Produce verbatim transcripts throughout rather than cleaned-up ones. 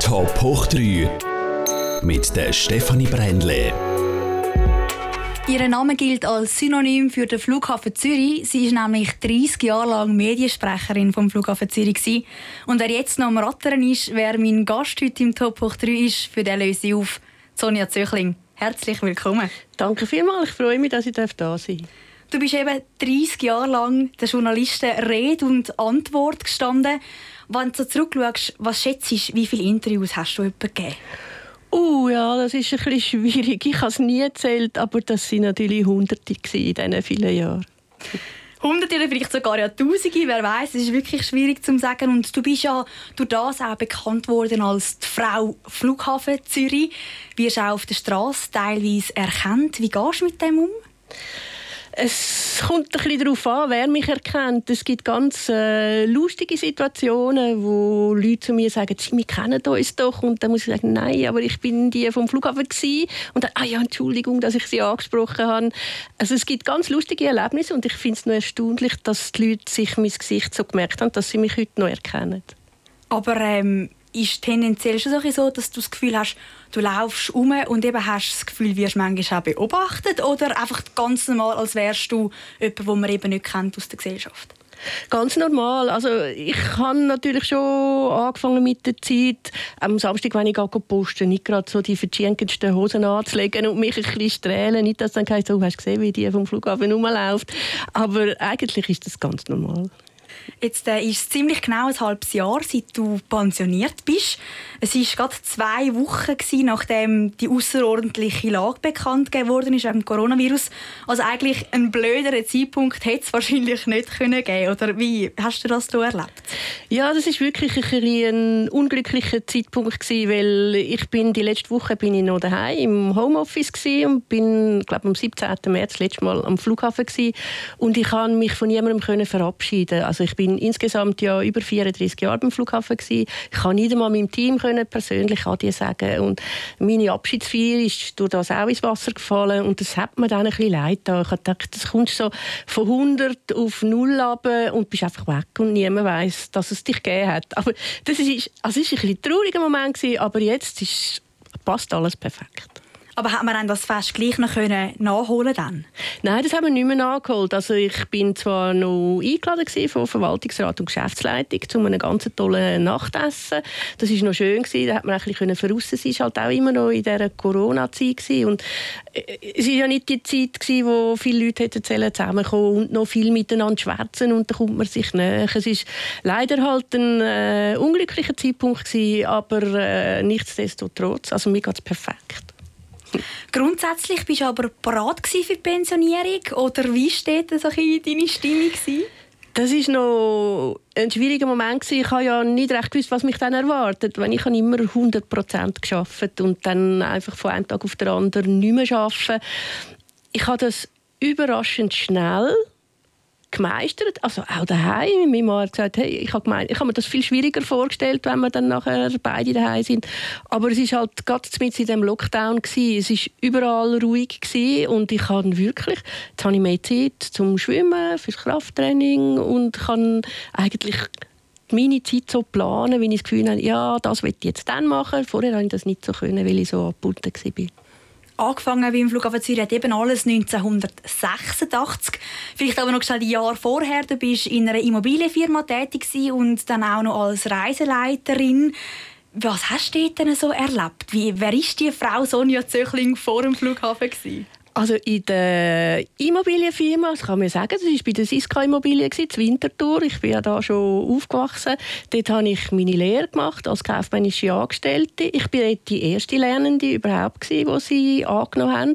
Top hoch drei mit der Stefanie Brändle. Ihr Name gilt als Synonym für den Flughafen Zürich. Sie war nämlich dreissig Jahre lang Mediensprecherin vom Flughafen Zürich gewesen. Und wer jetzt noch am Rattern ist, wer mein Gast heute im Top hoch drei ist, für den löse ich auf. Sonja Zöchling, herzlich willkommen. Danke vielmals, ich freue mich, dass ich da sein darf. Du bist eben dreissig Jahre lang den Journalisten Rede und Antwort gestanden. Wenn du so zurückschaust, was schätzt du, wie viele Interviews hast du jemandem gegeben? Uh, ja, das ist ein bisschen schwierig. Ich habe es nie erzählt, aber das waren natürlich Hunderte in diesen vielen Jahren. Hunderte oder vielleicht sogar ja Tausende, wer weiß, es ist wirklich schwierig zu sagen. Und du bist ja durch das auch bekannt worden als die Frau Flughafen Zürich. Wirst auch auf der Straße teilweise erkannt. Wie gehst du mit dem um? Es kommt ein bisschen darauf an, wer mich erkennt. Es gibt ganz äh, lustige Situationen, wo Leute zu mir sagen, wir kennen uns doch. Und dann muss ich sagen, nein, aber ich bin die vom Flughafen gewesen. Und dann, ah ja, Entschuldigung, dass ich sie angesprochen habe. Also es gibt ganz lustige Erlebnisse und ich finde es noch erstaunlich, dass die Leute sich mein Gesicht so gemerkt haben, dass sie mich heute noch erkennen. Aber ähm, ist tendenziell schon so, dass du das Gefühl hast, du laufst um und eben hast das Gefühl, wirst manchmal auch beobachtet, oder einfach ganz normal, als wärst du jemand, den man eben nicht kennt aus der Gesellschaft? Ganz normal. Also ich habe natürlich schon angefangen mit der Zeit, am Samstag, wenn ich posten, nicht gerade so die verschiedensten Hosen anzulegen und mich ein bisschen strählen. Nicht, dass dann heisst, oh, hast du gesehen, wie die vom Flughafen rumläuft. Aber eigentlich ist das ganz normal. Jetzt äh, ist es ziemlich genau ein halbes Jahr, seit du pensioniert bist. Es war gerade zwei Wochen, gewesen, nachdem die außerordentliche Lage bekannt gegeben ist wegen dem Coronavirus. Also eigentlich einen blöderen Zeitpunkt hätte es wahrscheinlich nicht können geben. Oder wie hast du das so erlebt? Ja, das ist wirklich ein, ein unglücklicher Zeitpunkt gewesen, weil ich bin die letzte Woche bin ich noch daheim im Homeoffice gewesen und bin, glaube am siebzehnten März letztes Mal am Flughafen gewesen. Und ich konnte mich von niemandem können verabschieden. Also ich bin insgesamt ja über vierunddreissig Jahre beim Flughafen gewesen. Ich kann nicht einmal meinem Team können persönlich Adieu sagen. Und meine Abschiedsfeier ist durch das auch ins Wasser gefallen und das hat mir dann ein bisschen leid getan. Ich habe gedacht, das kommst so von hundert auf null runter und bist einfach weg und niemand weiss, dass es dich gegeben hat. Aber das ist, also es war ein bisschen trauriger Moment gewesen, aber jetzt ist, passt alles perfekt. Aber hat man dann das Fest gleich noch nachholen können? Nein, das haben wir nicht mehr nachgeholt. Also ich bin zwar noch eingeladen von Verwaltungsrat und Geschäftsleitung zu einem ganz tollen Nachtessen. Das war noch schön, da hat man ein bisschen voraus sein. Es war halt auch immer noch in dieser Corona-Zeit. Und es war ja nicht die Zeit, wo viele Leute zusammenkommen und noch viel miteinander schwätzen und dann kommt man sich näher. Es war leider halt ein äh, unglücklicher Zeitpunkt gewesen, aber äh, nichtsdestotrotz, also mir geht es perfekt. Grundsätzlich bist du aber bereit für die Pensionierung? Oder wie steht das in deine Stimmung? Das war noch ein schwieriger Moment. Ich habe ja nicht recht gewusst, was mich dann erwartet. Ich habe immer hundert Prozent gearbeitet und dann einfach von einem Tag auf den anderen nicht mehr arbeiten. Ich habe das überraschend schnell gemeistert, also auch daheim. Meine Mann hat gesagt, hey, ich habe gemeint, ich habe mir das viel schwieriger vorgestellt, wenn wir dann nachher beide daheim sind. Aber es war halt gerade in diesem Lockdown gewesen. Es war überall ruhig gewesen und ich habe wirklich, jetzt habe ich mehr Zeit zum Schwimmen, fürs Krafttraining und kann eigentlich meine Zeit so planen, wie ich das Gefühl habe, ja, das will ich jetzt dann machen. Vorher konnte ich das nicht so können, weil ich so abgebunden war. Angefangen beim Flughafen Zürich hat eben alles neunzehnhundertsechsundachtzig. Vielleicht aber noch schnell die Jahre vorher. Du bist in einer Immobilienfirma tätig und dann auch noch als Reiseleiterin. Was hast du dort denn so erlebt? Wie, wer war die Frau Sonja Zöchling vor dem Flughafen gewesen? Also in der Immobilienfirma, das kann man sagen, das war bei der Siska Immobilien, in Winterthur. Ich bin ja da schon aufgewachsen. Dort habe ich meine Lehre gemacht als kaufmännische Angestellte. Ich war die erste Lernende überhaupt, die sie angenommen haben.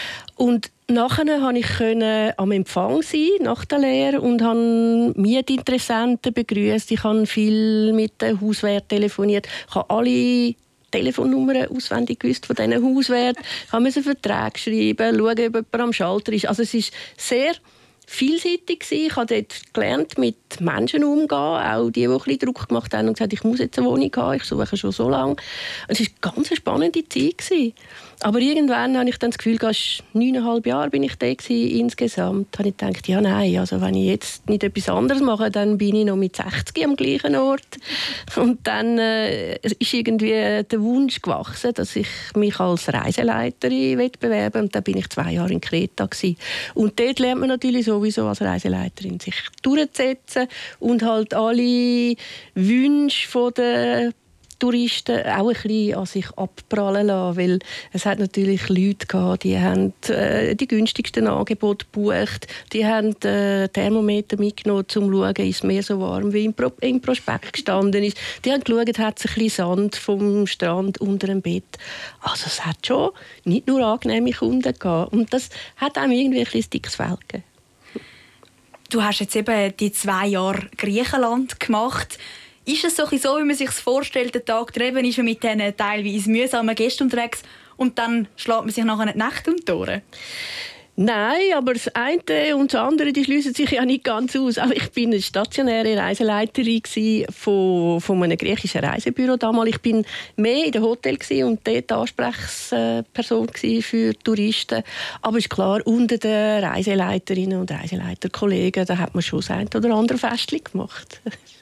Und nachher konnte ich am Empfang sein, nach der Lehre, und habe Mietinteressenten begrüßt. Ich habe viel mit dem Hauswert telefoniert. Ich habe alle Telefonnummern auswendig gewusst von diesen Hauswert. Ich musste Verträge schreiben, schauen, ob jemand am Schalter ist. Also es war sehr vielseitig. Ich habe dort gelernt, mit Menschen umzugehen, auch die, die ein bisschen Druck gemacht haben und gesagt, ich muss jetzt eine Wohnung haben, ich suche schon so lange. Es war eine ganz spannende Zeit. Aber irgendwann habe ich dann das Gefühl, dass neuneinhalb Jahre bin ich da gewesen, insgesamt. Habe ich gedacht, ja nein, also wenn ich jetzt nicht etwas anderes mache, dann bin ich noch mit sechzig am gleichen Ort. Und dann äh, ist irgendwie der Wunsch gewachsen, dass ich mich als Reiseleiterin bewerben. Und dann bin ich zwei Jahre in Kreta gewesen. Und dort lernt man natürlich sowieso als Reiseleiterin sich durchzusetzen und halt alle Wünsche der Touristen auch ein bisschen an sich abprallen lassen, weil es hat natürlich Leute gehabt, die haben äh, die günstigsten Angebote gebucht, die haben äh, Thermometer mitgenommen, um zu schauen, ist es mehr so warm, wie im, Pro- im Prospekt gestanden ist. Die haben geschaut, hat es ein bisschen Sand vom Strand unter dem Bett. Also es hat schon nicht nur angenehme Kunden gehabt. Und das hat einem irgendwie ein bisschen dickes Fell gegeben. Du hast jetzt eben die zwei Jahre Griechenland gemacht. Ist es so, wie man sich vorstellt, der Tag der Eben ist man mit diesen teilweise mühsamen Gästen unterwegs und dann schlägt man sich nachher die Nächte um die Ohren? Nein, aber das eine und das andere, die schliessen sich ja nicht ganz aus. Auch ich bin eine stationäre Reiseleiterin von, von einem griechischen Reisebüro damals. Ich bin mehr in den Hotel und dort Ansprechperson für Touristen. Aber ist klar, unter den Reiseleiterinnen und Reiseleiterkollegen, da hat man schon das ein oder andere Festchen gemacht.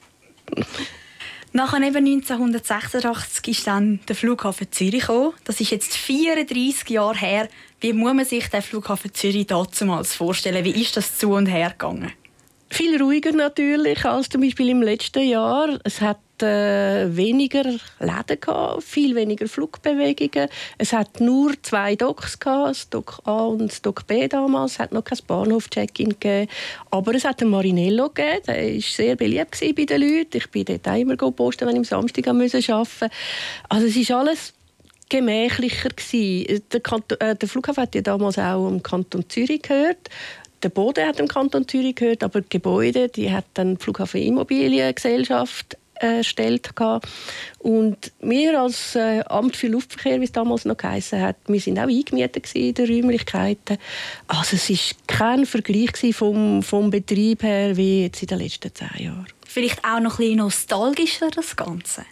Nach eben neunzehnhundertsechsundachtzig ist dann der Flughafen Zürich gekommen. Das ist jetzt vierunddreissig Jahre her. Wie muss man sich den Flughafen Zürich damals vorstellen? Wie ist das zu und her gegangen? Viel ruhiger natürlich als zum Beispiel im letzten Jahr. Es hat äh, weniger Läden gehabt, viel weniger Flugbewegungen. Es hat nur zwei Docks gehabt, das Dock A und das Dock B damals. Es hat noch kein Bahnhof-Check-in gegeben. Aber es hat einen Marinello gegeben. Der war sehr beliebt bei den Leuten. Ich bin dort auch immer posten, wenn ich am Samstag arbeiten musste. Also es ist alles gemächlicher gewesen. Der, Kanton, äh, der Flughafen hat ja damals auch im Kanton Zürich gehört. Der Boden hat im Kanton Zürich gehört, aber die Gebäude, die hat dann die Flughafen Immobiliengesellschaft erstellt. Und wir als äh, Amt für Luftverkehr, wie es damals noch geheissen hat, wir sind auch eingemietet in den Räumlichkeiten. Also es war kein Vergleich vom, vom Betrieb her wie jetzt in den letzten zehn Jahren. Vielleicht auch noch ein bisschen nostalgischer, das Ganze?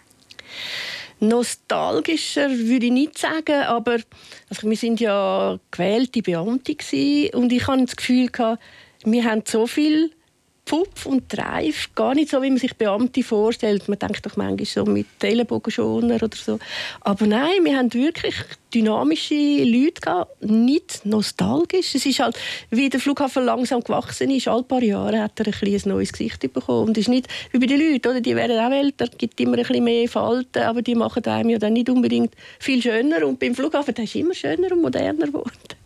Nostalgischer würde ich nicht sagen, aber also wir sind ja gewählte Beamte gewesen, und ich hatte das Gefühl, wir haben so viel Pfupf und Treif, gar nicht so, wie man sich Beamte vorstellt. Man denkt doch manchmal so mit Ellenbogenschoner oder so. Aber nein, wir haben wirklich dynamische Leute gehabt, nicht nostalgisch. Es ist halt, wie der Flughafen langsam gewachsen ist, alle paar Jahre hat er ein, ein neues Gesicht bekommen. Und es ist nicht wie bei den Leuten, oder? Die werden auch älter, es gibt immer ein bisschen mehr Falten, aber die machen einem ja dann nicht unbedingt viel schöner. Und beim Flughafen ist es immer schöner und moderner geworden.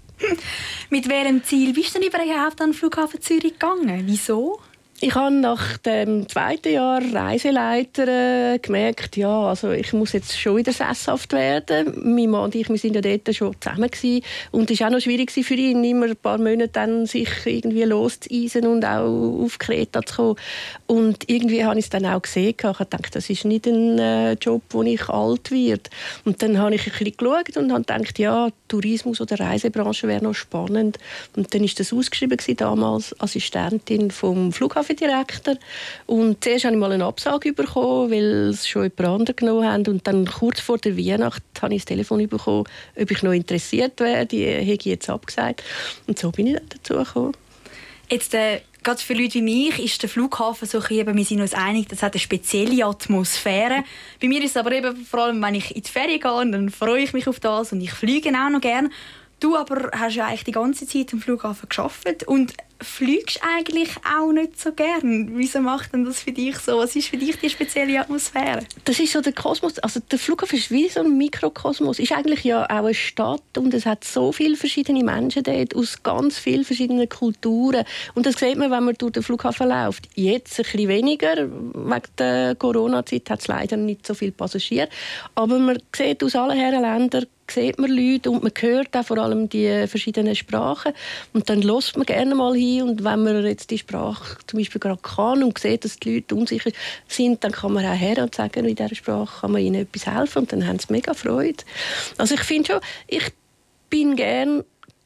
Mit welchem Ziel bist du denn überhaupt an den Flughafen Zürich gegangen? Wieso? Ich habe nach dem zweiten Jahr Reiseleiter äh, gemerkt, ja, also ich muss jetzt schon wieder sesshaft werden. Mein Mann und ich, wir sind ja dort schon zusammen gewesen. Und es war auch noch schwierig für ihn, immer ein paar Monate dann sich irgendwie loszueisen und auch auf Kreta zu kommen. Und irgendwie habe ich es dann auch gesehen. Ich habe gedacht, das ist nicht ein äh, Job, wo ich alt werde. Und dann habe ich ein bisschen geschaut und habe gedacht, ja, Tourismus oder Reisebranche wäre noch spannend. Und dann war das ausgeschrieben gewesen, damals Assistentin vom Flughafen Direktor. Und zuerst habe ich mal eine Absage bekommen, weil es schon jemand anderes genommen haben. Und dann kurz vor der Weihnacht habe ich das Telefon bekommen, ob ich noch interessiert wäre. Die habe ich jetzt abgesagt. Und so bin ich dann dazu gekommen. Jetzt, äh, gerade für Leute wie mich ist der Flughafen so, eben, wir sind uns einig, das hat eine spezielle Atmosphäre. Bei mir ist es aber eben, vor allem, wenn ich in die Ferien gehe, dann freue ich mich auf das und ich fliege auch noch gerne. Du aber hast ja eigentlich die ganze Zeit am Flughafen gearbeitet und fliegst eigentlich auch nicht so gern. Wieso macht denn das für dich so? Was ist für dich die spezielle Atmosphäre? Das ist so der Kosmos. Also der Flughafen ist wie so ein Mikrokosmos. Ist eigentlich ja auch eine Stadt und es hat so viele verschiedene Menschen dort aus ganz vielen verschiedenen Kulturen. Und das sieht man, wenn man durch den Flughafen läuft. Jetzt ein bisschen weniger. Wegen der Corona-Zeit hat es leider nicht so viele Passagiere. Aber man sieht aus allen Herren Ländern sieht man Leute und man hört auch vor allem die verschiedenen Sprachen. Und dann hört man gerne mal hin und wenn man jetzt die Sprache zum Beispiel gerade kann und sieht, dass die Leute unsicher sind, dann kann man auch her und sagen, in dieser Sprache kann man ihnen etwas helfen und dann haben sie mega Freude. Also ich finde schon, ich bin gerne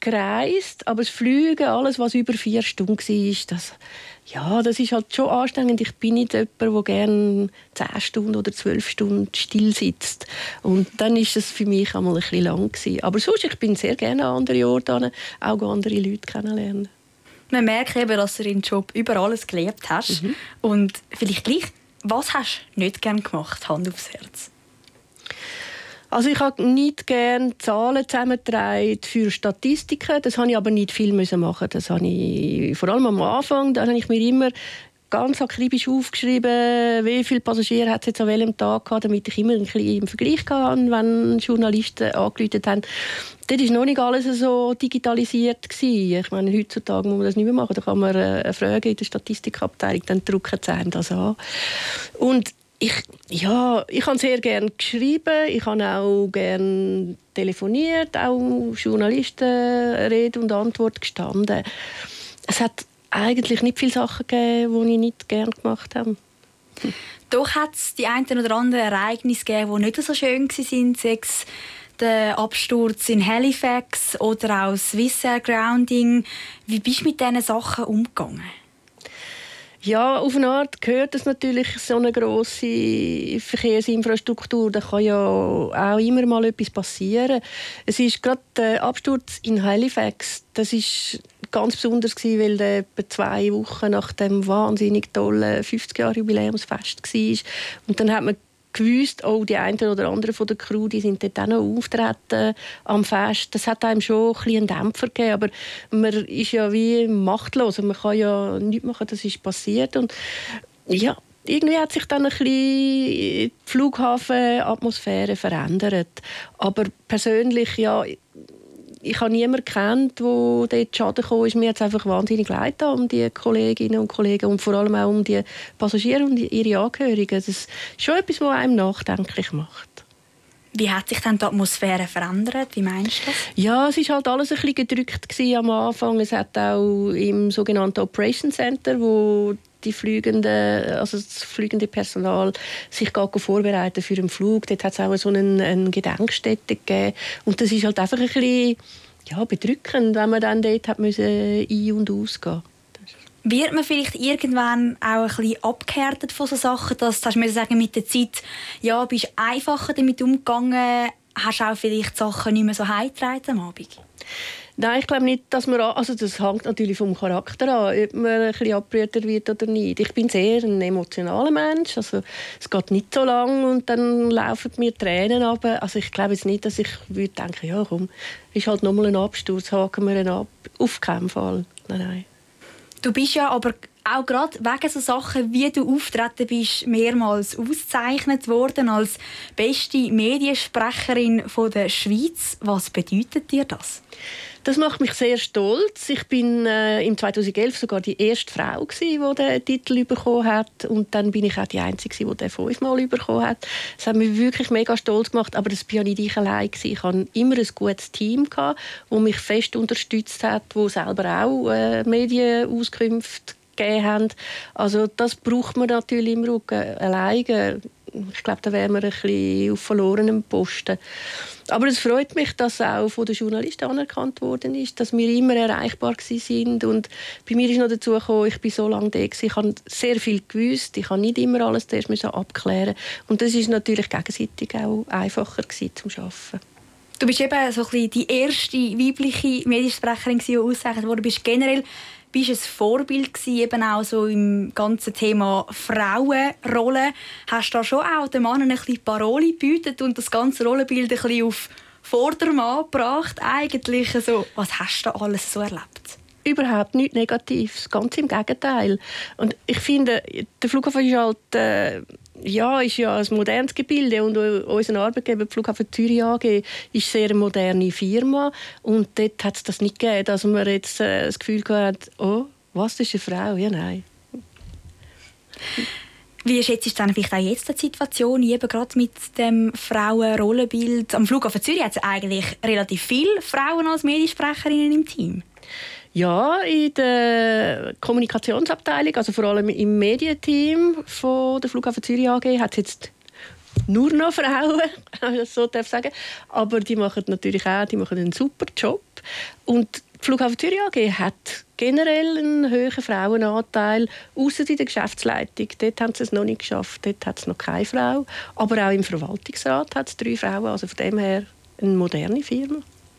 gereist, aber das Fliegen, alles, was über vier Stunden war, das, ja, das ist halt schon anstrengend. Ich bin nicht jemand, der gerne zehn Stunden oder zwölf Stunden still sitzt. Und dann ist es für mich einmal ein bisschen lang gewesen. Aber sonst, ich bin sehr gerne an andere Orte, auch andere Leute kennenlernen. Man merkt eben, dass du deinen Job über alles gelebt hast. Mhm. Und vielleicht gleich, was hast du nicht gerne gemacht, Hand aufs Herz? Also ich habe nicht gerne Zahlen zusammengetragen für Statistiken. Das habe ich aber nicht viel machen. Das habe ich vor allem am Anfang. Da habe ich mir immer ganz akribisch aufgeschrieben, wie viele Passagiere hat es jetzt an welchem Tag gehabt, damit ich immer ein bisschen im Vergleich hatte, wenn Journalisten angerufen haben. Dort war noch nicht alles so digitalisiert gewesen. Ich meine, heutzutage muss man das nicht mehr machen. Da kann man eine Frage in der Statistikabteilung, dann drücken sie einem das an. Und Ich, ja, ich habe sehr gerne geschrieben, ich habe auch gerne telefoniert, auch Journalisten Rede und Antwort gestanden. Es hat eigentlich nicht viele Sachen gegeben, die ich nicht gerne gemacht habe. Hm. Doch hat es die einen oder anderen Ereignisse gegeben, die nicht so schön waren, sei es der Absturz in Halifax oder auch das Swissair Grounding. Wie bist du mit diesen Sachen umgegangen? Ja, auf eine Art gehört es natürlich so eine grosse Verkehrsinfrastruktur. Da kann ja auch immer mal etwas passieren. Es ist gerade der Absturz in Halifax. Das ist ganz besonders gewesen, weil der etwa zwei Wochen nach dem wahnsinnig tollen fünfzig Jahre Jubiläumsfest war. Und dann hat man gewusst, oh, die einen oder anderen von der Crew, die sind dort auch noch auftreten am Fest. Das hat einem schon ein bisschen einen Dämpfer gegeben, aber man ist ja wie machtlos. Man kann ja nichts machen, das ist passiert. Und ja, irgendwie hat sich dann ein bisschen die Flughafenatmosphäre verändert. Aber persönlich, ja, ich habe niemanden kennt, der dort Schaden gekommen ist. Mir hat es einfach wahnsinnig leid um die Kolleginnen und Kollegen und vor allem auch um die Passagiere und ihre Angehörigen. Das ist schon etwas, was einem nachdenklich macht. Wie hat sich dann die Atmosphäre verändert? Wie meinst du das? Ja, es war halt alles ein bisschen gedrückt am Anfang. Es hat auch im sogenannten Operation Center, wo die Fliegenden, also das fliegende Personal sich vorbereiten für einen Flug. Dort hat es auch so eine, eine Gedenkstätte gegeben. Und das ist halt einfach ein bisschen ja, bedrückend, wenn man dann dort hat müssen ein- und ausgehen. Wird man vielleicht irgendwann auch ein bisschen abgehärtet von solchen Sachen, dass du sagen, mit der Zeit ja, bist du einfacher damit umgegangen, hast auch vielleicht Sachen nicht mehr so heimgetragen am Abend? Nein, ich glaube nicht, dass man... Also das hängt natürlich vom Charakter an, ob man ein bisschen abgerührt wird oder nicht. Ich bin sehr ein emotionaler Mensch. Also es geht nicht so lang und dann laufen mir Tränen runter. Also ich glaube jetzt nicht, dass ich würde denken, ja komm, ist halt nochmal ein Absturz, haken wir ihn ab. Auf keinen Fall. Nein, nein. Du bist ja aber auch gerade wegen so Sachen, wie du auftreten bist, mehrmals ausgezeichnet worden als beste Mediensprecherin der Schweiz. Was bedeutet dir das? Das macht mich sehr stolz. Ich bin äh, im zweitausendelf sogar die erste Frau gewesen, die den Titel bekommen hat. Und dann bin ich auch die Einzige, die den fünfmal bekommen hat. Das hat mich wirklich mega stolz gemacht. Aber das war ja nicht ich allein. Ich hatte immer ein gutes Team, das mich fest unterstützt hat, das selber auch äh, Medienauskünfte gegeben haben. Also das braucht man natürlich im Rücken alleine. Ich glaube, da wären wir ein bisschen auf verlorenem Posten. Aber es freut mich, dass auch von den Journalisten anerkannt worden ist, dass wir immer erreichbar sind. Und bei mir ist noch dazu gekommen, ich bin so lange da gewesen, ich habe sehr viel gewusst, ich habe nicht immer alles zuerst abklären. Und das ist natürlich gegenseitig auch einfacher gewesen, zum Arbeiten. Du bist eben so ein bisschen die erste weibliche Mediensprecherin, die ausgezeichnet wurde. Du bist generell bist ein Vorbild gewesen, eben auch so im ganzen Thema Frauenrolle. Hast du da schon auch den Mann ein bisschen Parole gebietet und das ganze Rollenbild ein bisschen auf Vordermann gebracht? Eigentlich so, was hast du da alles so erlebt? Überhaupt nichts Negatives, ganz im Gegenteil. Und ich finde, der Flughafen ist halt, äh, ja, ist ja ein modernes Gebilde und unser Arbeitgeber, die Flughafen Zürich A G, ist eine sehr moderne Firma und dort hat es das nicht gegeben, dass man jetzt äh, das Gefühl hat, oh, was, das ist eine Frau? Ja, nein. Wie schätzt du dann vielleicht auch jetzt die Situation, eben gerade mit dem Frauenrollenbild? Am Flughafen Zürich hat es eigentlich relativ viele Frauen als Mediensprecherinnen im Team. Ja, in der Kommunikationsabteilung, also vor allem im Medienteam von der Flughafen Zürich A G, hat es jetzt nur noch Frauen, so darf ich sagen. Aber die machen natürlich auch die machen einen super Job. Und die Flughafen Zürich A G hat generell einen hohen Frauenanteil, ausser in der Geschäftsleitung. Dort haben sie es noch nicht geschafft, dort hat es noch keine Frau. Aber auch im Verwaltungsrat hat es drei Frauen, also von dem her eine moderne Firma.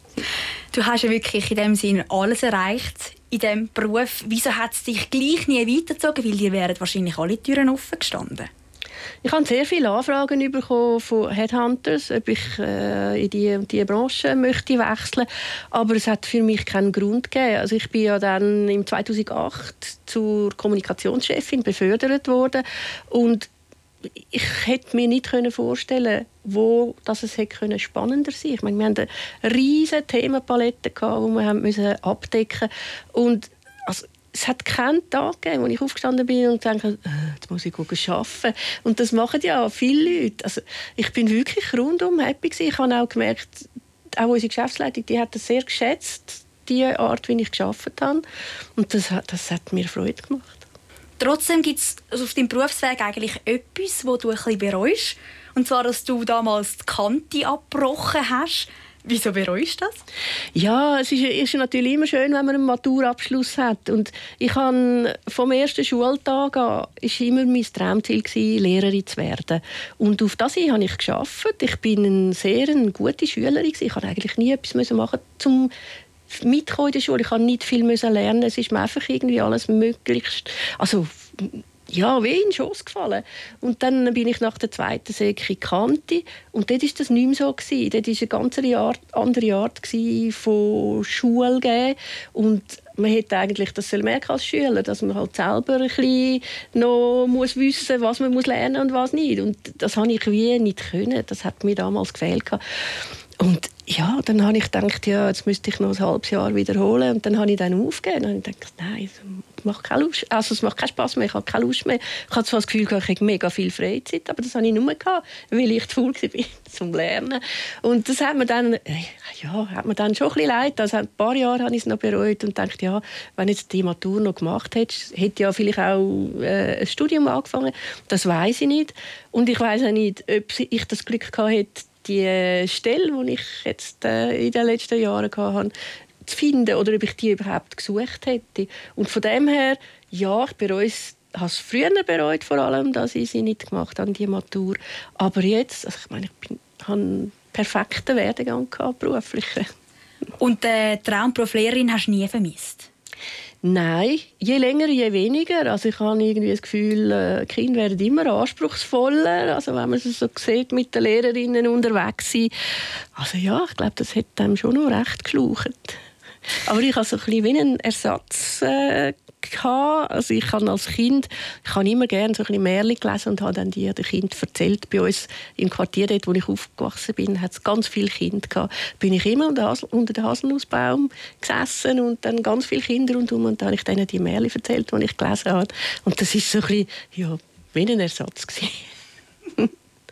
Du hast ja wirklich in dem Sinne alles erreicht in diesem Beruf. Wieso hat es dich gleich nie weitergezogen? Weil dir wären wahrscheinlich alle Türen offen gestanden. Ich habe sehr viele Anfragen bekommen von Headhunters, ob ich äh, in diese die Branche möchte wechseln. Aber es hat für mich keinen Grund gegeben. Also ich bin ja dann im zweitausendacht zur Kommunikationschefin befördert worden und ich hätte mir nicht vorstellen können, wo das es hätte spannender sein. Ich meine, wir hatten eine riesige Themenpalette, die wir abdecken mussten. Und also, es hat keinen Tag gegeben, wo ich aufgestanden bin und dachte, äh, jetzt muss ich arbeiten. Und das machen ja viele Leute. Also, ich bin wirklich rundum happy gewesen. Ich habe auch gemerkt, auch unsere Geschäftsleitung, die hat das sehr geschätzt, die Art, wie ich gearbeitet habe. Und das, das hat mir Freude gemacht. Trotzdem gibt es also auf deinem Berufsweg eigentlich etwas, das du ein bisschen bereust. Und zwar, dass du damals die Kante abgebrochen hast. Wieso bereust du das? Ja, es ist, ist natürlich immer schön, wenn man einen Maturabschluss hat. Und ich habe vom ersten Schultag an ist immer mein Traumziel gewesen, Lehrerin zu werden. Und auf das habe ich gearbeitet. Ich bin eine sehr eine gute Schülerin. Ich musste eigentlich nie etwas machen, um mitkommen in der Schule. Ich musste nicht viel lernen. Es ist mir einfach irgendwie alles möglichst, also ja, wie in den Schoss gefallen. Und dann bin ich nach der zweiten Sek in Kante und dort war das nicht mehr so. Gewesen. Dort war eine ganz Art, andere Art von Schule geben. Und man hätte eigentlich das merken als Schüler, dass man halt selber ein bisschen noch muss wissen, was man muss lernen und was nicht. Und das habe ich wie nicht können. Das hat mir damals gefehlt. Und ja, dann habe ich gedacht, ja, jetzt müsste ich noch ein halbes Jahr wiederholen. Und dann habe ich dann aufgegeben. Und dann habe ich gedacht, nein, es macht keine Lust. Also, es macht keinen Spass mehr, ich habe keine Lust mehr. Ich hatte zwar das Gefühl, ich habe mega viel Freizeit, aber das hatte ich nur gehabt, weil ich zu faul war zum Lernen. Und das hat mir dann, ja, hat mir dann schon ein bisschen leid. Also ein paar Jahre habe ich es noch bereut und dachte, ja, wenn jetzt die Matur noch gemacht hätte, hätte ich ja vielleicht auch äh, ein Studium angefangen. Das weiss ich nicht. Und ich weiss auch nicht, ob ich das Glück gehabt hätte, die Stelle, die ich jetzt äh, in den letzten Jahren hatte, zu finden oder ob ich die überhaupt gesucht hätte. Und von dem her, ja, ich bereue es, habe es früher bereut, vor allem, dass ich sie nicht gemacht habe, die Matur. Aber jetzt, also ich meine, ich bin, habe einen perfekten Werdegang gehabt, beruflich. Und den Traumberuf Lehrerin hast du nie vermisst? Nein, je länger, je weniger. Also ich habe irgendwie das Gefühl, äh, die Kinder werden immer anspruchsvoller. Also wenn man es so sieht, mit den Lehrerinnen unterwegs sein. Also ja, ich glaube, das hat einem schon noch recht geschlaucht. Aber ich hatte so ein bisschen wie einen Ersatz äh, gehabt. Also ich habe als Kind, ich habe immer gerne so ein bisschen Märchen gelesen und habe dann die den Kindern erzählt. Bei uns im Quartier, dort, wo ich aufgewachsen bin, hat es ganz viele Kinder gehabt. Bin ich immer unter, Hasel, unter dem Haselnussbaum gesessen und dann ganz viele Kinder rundherum und dann habe ich denen die Märchen erzählt, die ich gelesen habe. Und das ist so ein bisschen, ja, wie ein Ersatz gewesen.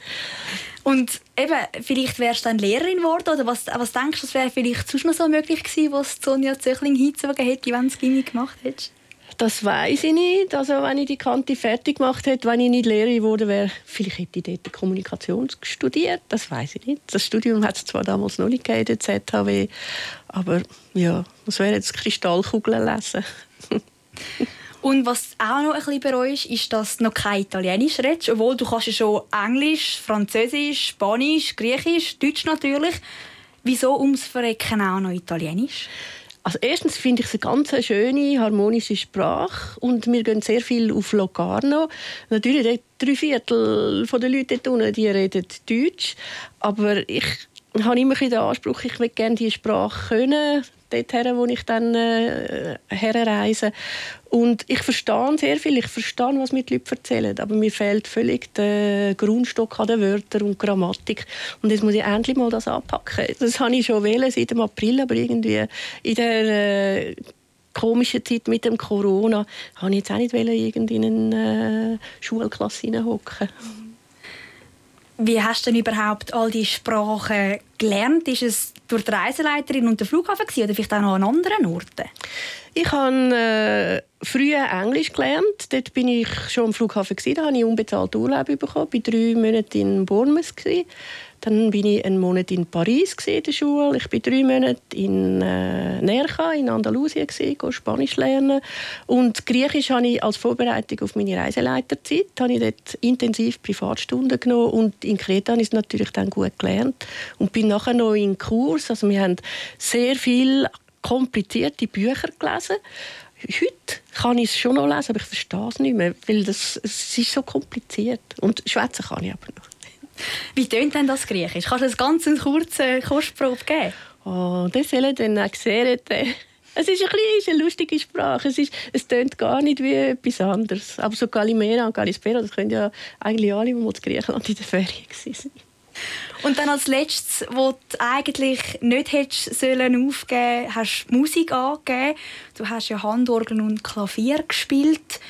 Und eben, vielleicht wärst du dann Lehrerin geworden, oder was, was denkst du, was wäre vielleicht sonst noch so möglich gewesen, was Sonja Zöchling hingezogen hätte, wenn du es Gimmi gemacht hättest? Das weiss ich nicht. Also, wenn ich die Kante fertig gemacht hätte, wenn ich nicht Lehrerin geworden wäre, vielleicht hätte ich dort Kommunikation studiert. Das weiss ich nicht. Das Studium hat es zwar damals noch nicht gegeben, der Z H W, aber ja, das wäre jetzt Kristallkugeln lesen. Und was du auch noch ein bisschen bereust, ist, dass du noch kein Italienisch redest, obwohl du kannst ja schon Englisch, Französisch, Spanisch, Griechisch, Deutsch natürlich. Wieso ums Verrecken auch noch Italienisch? Also erstens finde ich es eine ganz schöne, harmonische Sprache und wir gehen sehr viel auf Locarno. Natürlich, drei Viertel der Leute dort unten, die reden Deutsch, aber ich habe immer den Anspruch, ich möchte gerne diese Sprache können, dorthin, wo ich dann äh, herreise. Und ich verstehe sehr viel, ich verstehe, was mir die Leute erzählen, aber mir fehlt völlig der Grundstock an den Wörtern und Grammatik. Und jetzt muss ich endlich mal das anpacken. Das habe ich schon wählen seit dem April, aber irgendwie in der äh, komischen Zeit mit dem Corona habe ich jetzt auch nicht in eine äh, Schulklasse hineinhocken. Wie hast du denn überhaupt all diese Sprachen gelernt? Ist es durch die Reiseleiterin und den Flughafen gewesen, oder vielleicht auch noch an anderen Orten? Ich habe früh Englisch gelernt. Dort bin ich schon am Flughafen gewesen. Da habe ich unbezahlt Urlaub bekommen. Ich war drei Monate in Bournemouth gewesen. Dann bin ich einen Monat in Paris in der Schule. Ich war drei Monate in äh, Nerja in Andalusien gewesen, Spanisch lernen. Und Griechisch habe ich als Vorbereitung auf meine Reiseleiterzeit habe ich dort intensiv Privatstunden genommen und in Kreta habe ich es natürlich dann gut gelernt und bin nachher noch in Kurs. Also wir haben sehr viel komplizierte Bücher gelesen. Heute kann ich es schon noch lesen, aber ich verstehe es nicht mehr, weil das, es ist so kompliziert. Und schwätzen kann ich aber noch. Wie tönt denn das Griechisch? Kannst du eine ganz kurze Kostprobe geben? Oh, das soll ich dann auch sehen. Es ist ein bisschen eine lustige Sprache. Es, ist, es tönt gar nicht wie etwas anderes. Aber so Kalimera und Kalispera, das können ja eigentlich alle, die in Griechenland in der Ferien waren. Und dann als letztes, wo du eigentlich nicht hättest sollen aufgeben, hast du Musik angegeben. Du hast ja Handorgel und Klavier gespielt.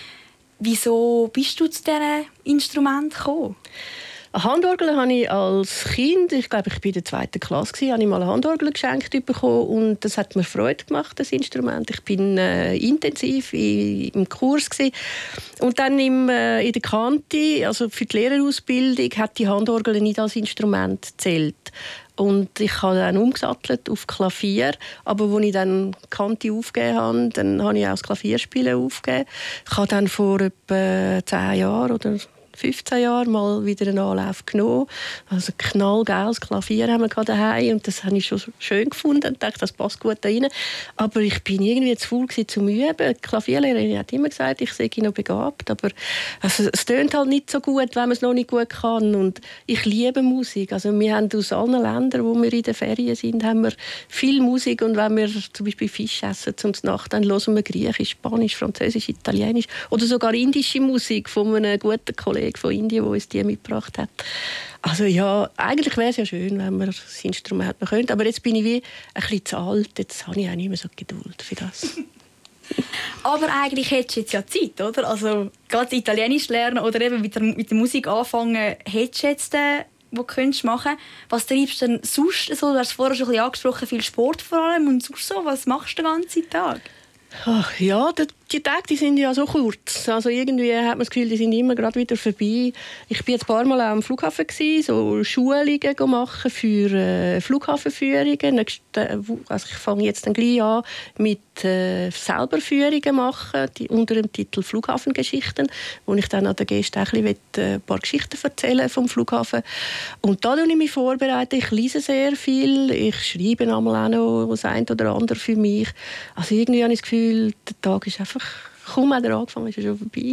Wieso bist du zu diesen Instrumenten gekommen? Eine Handorgel habe ich als Kind, ich glaube, ich war in der zweiten Klasse, habe ich mal eine Handorgel geschenkt bekommen und das hat mir Freude gemacht, das Instrument. Ich bin äh, intensiv in, im Kurs gewesen. Und dann im, äh, in der Kante, also für die Lehrerausbildung, hat die Handorgel nicht als Instrument gezählt. Und ich habe dann umgesattelt auf Klavier. Aber als ich dann die Kante aufgegeben habe, dann habe ich auch das Klavierspielen aufgegeben. Ich habe dann vor etwa zehn Jahren oder fünfzehn Jahren mal wieder einen Anlauf genommen. Also knallgeiles Klavier haben wir daheim und das habe ich schon schön gefunden. Ich dachte, das passt gut da rein. Aber ich bin irgendwie zu faul zum Üben. Die Klavierlehrerin hat immer gesagt, ich sei noch begabt. Aber also, es tönt halt nicht so gut, wenn man es noch nicht gut kann. Und ich liebe Musik. Also wir haben aus allen Ländern, wo wir in den Ferien sind, haben wir viel Musik. Und wenn wir zum Beispiel Fisch essen zum Nacht, dann hören wir Griechisch, Spanisch, Französisch, Italienisch oder sogar indische Musik von einem guten Kollegen von Indien, der uns die mitgebracht hat. Also ja, eigentlich wäre es ja schön, wenn man das Instrument noch könnte. Aber jetzt bin ich wie ein bisschen zu alt. Jetzt habe ich auch nicht mehr so Geduld für das. Aber eigentlich hättest du jetzt ja Zeit, oder? Also gerade Italienisch lernen oder eben mit der, mit der Musik anfangen, hättest du jetzt äh, was könntest machen. Was treibst du denn sonst so? Du hast vorher schon ein bisschen angesprochen, viel Sport vor allem. Und sonst so, was machst du den ganzen Tag? Ach, ja, die Tage die sind ja so kurz. Also irgendwie hat man das Gefühl, die sind immer gerade wieder vorbei. Ich war jetzt ein paar Mal am Flughafen gewesen, so Schulungen machen für äh, Flughafenführungen. Also ich fange jetzt dann gleich an mit äh, selber Führungen machen, die, unter dem Titel Flughafengeschichten, wo ich dann an den Gästen ein, bisschen, äh, ein paar Geschichten erzählen vom Flughafen. Und da bereite ich mich vor. Ich lese sehr viel. Ich schreibe einmal auch noch das eine oder andere für mich. Also irgendwie habe ich das Gefühl, der Tag ist einfach, kaum hat er angefangen, ist er schon vorbei.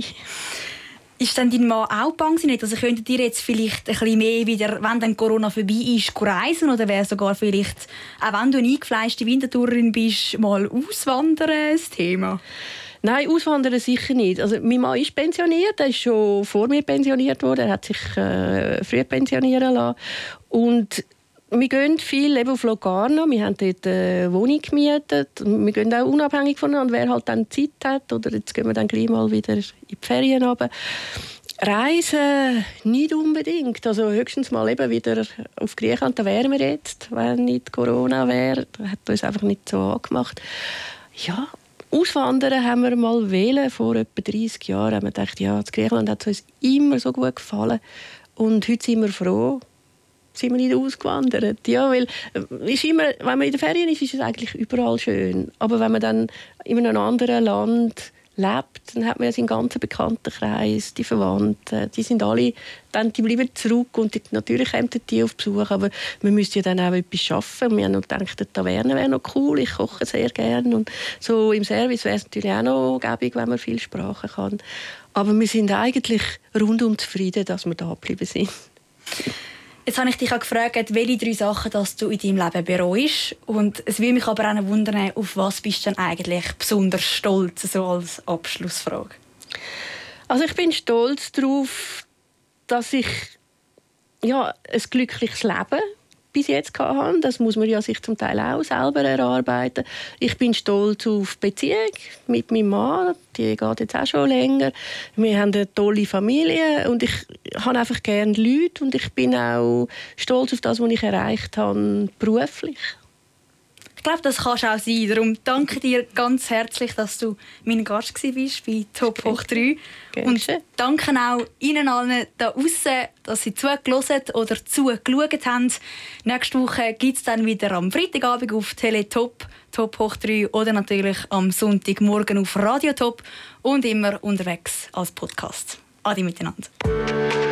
Ist denn dein Mann auch bangsinnig? Also könntet ihr jetzt vielleicht ein bisschen mehr wieder, wenn dann Corona vorbei ist, reisen? Oder wäre sogar vielleicht, auch wenn du eine eingefleischte Wintertourerin bist, mal auswandern das Thema? Nein, auswandern sicher nicht. Also, mein Mann ist pensioniert, er ist schon vor mir pensioniert worden, er hat sich äh, früh pensionieren lassen. Und wir gehen viel eben auf Locarno. Wir haben dort eine Wohnung gemietet. Wir gehen auch unabhängig voneinander, wer halt dann Zeit hat. Oder jetzt gehen wir dann gleich mal wieder in die Ferien runter. Reisen nicht unbedingt. Also höchstens mal eben wieder auf Griechenland. Da wären wir jetzt, wenn nicht Corona wäre. Das hat uns einfach nicht so angemacht. Ja, Auswandern haben wir mal wählen vor etwa dreissig Jahren. Haben wir gedacht, ja, das Griechenland hat uns immer so gut gefallen. Und heute sind wir froh, sind wir nicht ausgewandert. Ja, weil ist immer, wenn man in den Ferien ist, ist es eigentlich überall schön. Aber wenn man dann in einem anderen Land lebt, dann hat man ja seinen ganzen Bekanntenkreis, die Verwandten, die sind alle, dann, die bleiben zurück und die, natürlich kommen die auf Besuch, aber man müsste ja dann auch etwas schaffen. Wir haben noch gedacht, die Taverne wäre noch cool, ich koche sehr gerne und so im Service wäre es natürlich auch noch gäbig, wenn man viel Sprachen kann. Aber wir sind eigentlich rundum zufrieden, dass wir da geblieben sind. Jetzt habe ich dich auch gefragt, welche drei Sachen dass du in deinem Leben bereust. Und es würde mich aber auch wundern, auf was bist du denn eigentlich besonders stolz, so als Abschlussfrage? Also ich bin stolz darauf, dass ich ja, ein glückliches Leben bis jetzt hatte. Das muss man ja sich zum Teil auch selber erarbeiten. Ich bin stolz auf die Beziehung mit meinem Mann. Die geht jetzt auch schon länger. Wir haben eine tolle Familie und ich habe einfach gerne Leute und ich bin auch stolz auf das, was ich erreicht habe beruflich. Ich glaube, das kannst du auch sein. Darum danke dir ganz herzlich, dass du mein Gast warst bei Top hoch drei. Und danke auch Ihnen allen da draussen, dass Sie zugehört oder zugeschaut haben. Nächste Woche gibt es dann wieder am Freitagabend auf Teletop, Top hoch drei oder natürlich am Sonntagmorgen auf Radio Top und immer unterwegs als Podcast. Adi miteinander.